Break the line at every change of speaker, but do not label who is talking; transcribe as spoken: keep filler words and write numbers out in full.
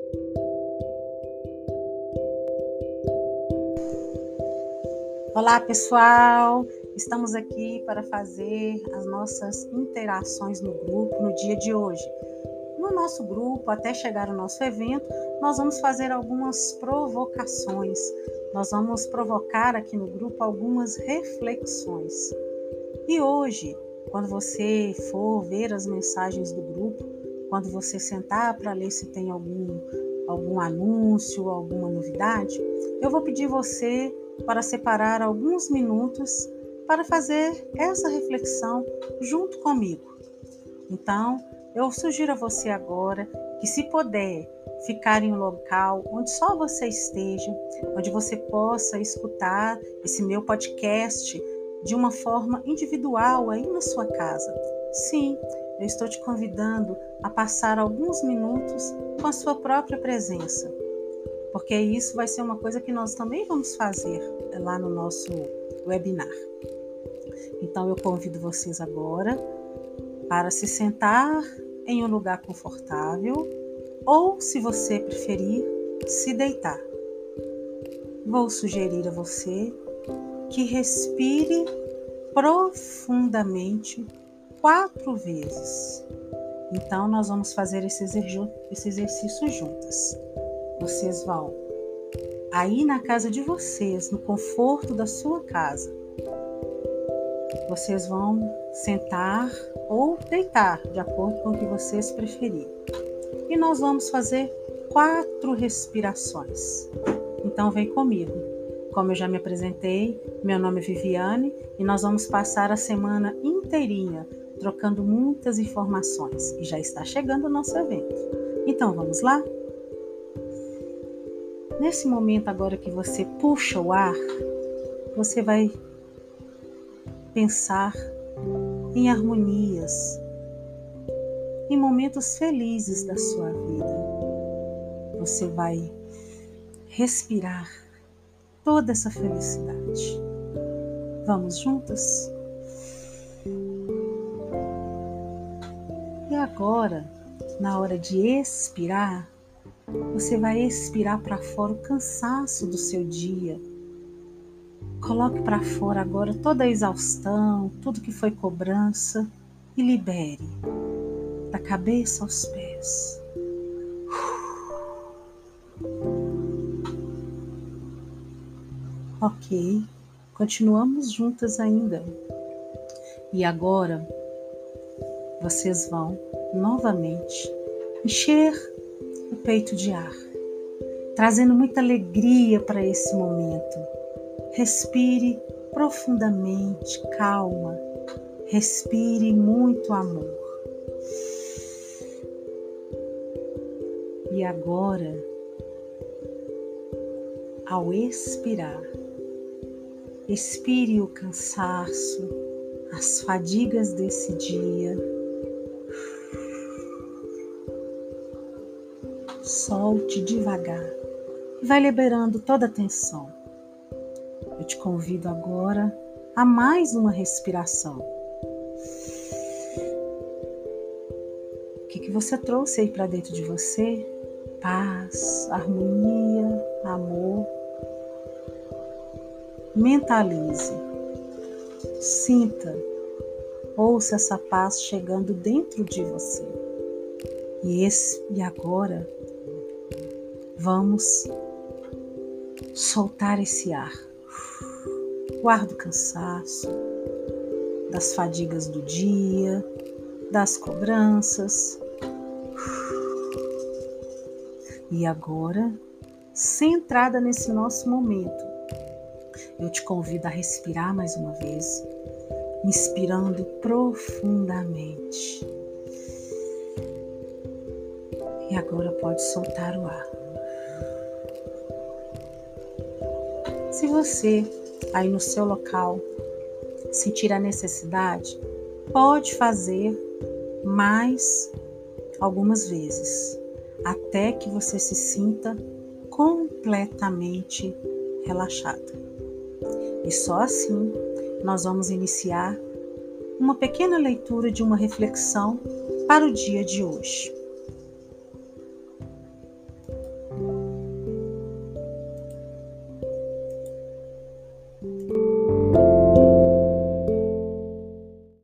Olá, pessoal! Estamos aqui para fazer as nossas interações no grupo no dia de hoje. No nosso grupo, até chegar ao nosso evento, nós vamos fazer algumas provocações. Nós vamos provocar aqui no grupo algumas reflexões. E hoje, quando você for ver as mensagens do grupo, quando você sentar para ler se tem algum, algum anúncio, alguma novidade, eu vou pedir você para separar alguns minutos para fazer essa reflexão junto comigo. Então, eu sugiro a você agora que, se puder, ficar em um local onde só você esteja, onde você possa escutar esse meu podcast de uma forma individual aí na sua casa. Sim, eu estou te convidando a passar alguns minutos com a sua própria presença, porque isso vai ser uma coisa que nós também vamos fazer lá no nosso webinar. Então eu convido vocês agora para se sentar em um lugar confortável ou, se você preferir, se deitar. Vou sugerir a você que respire profundamente quatro vezes. Então nós vamos fazer esse exercício juntas. Vocês vão aí na casa de vocês, no conforto da sua casa. Vocês vão sentar ou deitar, de acordo com o que vocês preferirem. E nós vamos fazer quatro respirações. Então vem comigo. Como eu já me apresentei, meu nome é Viviane e nós vamos passar a semana inteirinha trocando muitas informações. E já está chegando o nosso evento. Então vamos lá? Nesse momento agora que você puxa o ar, você vai pensar em harmonias, em momentos felizes da sua vida. Você vai respirar toda essa felicidade. Vamos juntas? E agora, na hora de expirar, você vai expirar para fora o cansaço do seu dia. Coloque para fora agora toda a exaustão, tudo que foi cobrança e libere, da cabeça aos pés. Ok, continuamos juntas ainda. E agora, vocês vão novamente encher o peito de ar, trazendo muita alegria para esse momento. Respire profundamente, calma. Respire muito amor. E agora, ao expirar, expire o cansaço, as fadigas desse dia. Solte devagar e vai liberando toda a tensão. Eu te convido agora a mais uma respiração. O que, que você trouxe aí para dentro de você? Paz, harmonia, amor. Mentalize, sinta, ouça essa paz chegando dentro de você. E, esse, e agora, vamos soltar esse ar. O ar do cansaço, das fadigas do dia, das cobranças. E agora, centrada nesse nosso momento, eu te convido a respirar mais uma vez, inspirando profundamente. E agora pode soltar o ar. Se você, aí no seu local, sentir a necessidade, pode fazer mais algumas vezes, até que você se sinta completamente relaxado. E só assim nós vamos iniciar uma pequena leitura de uma reflexão para o dia de hoje.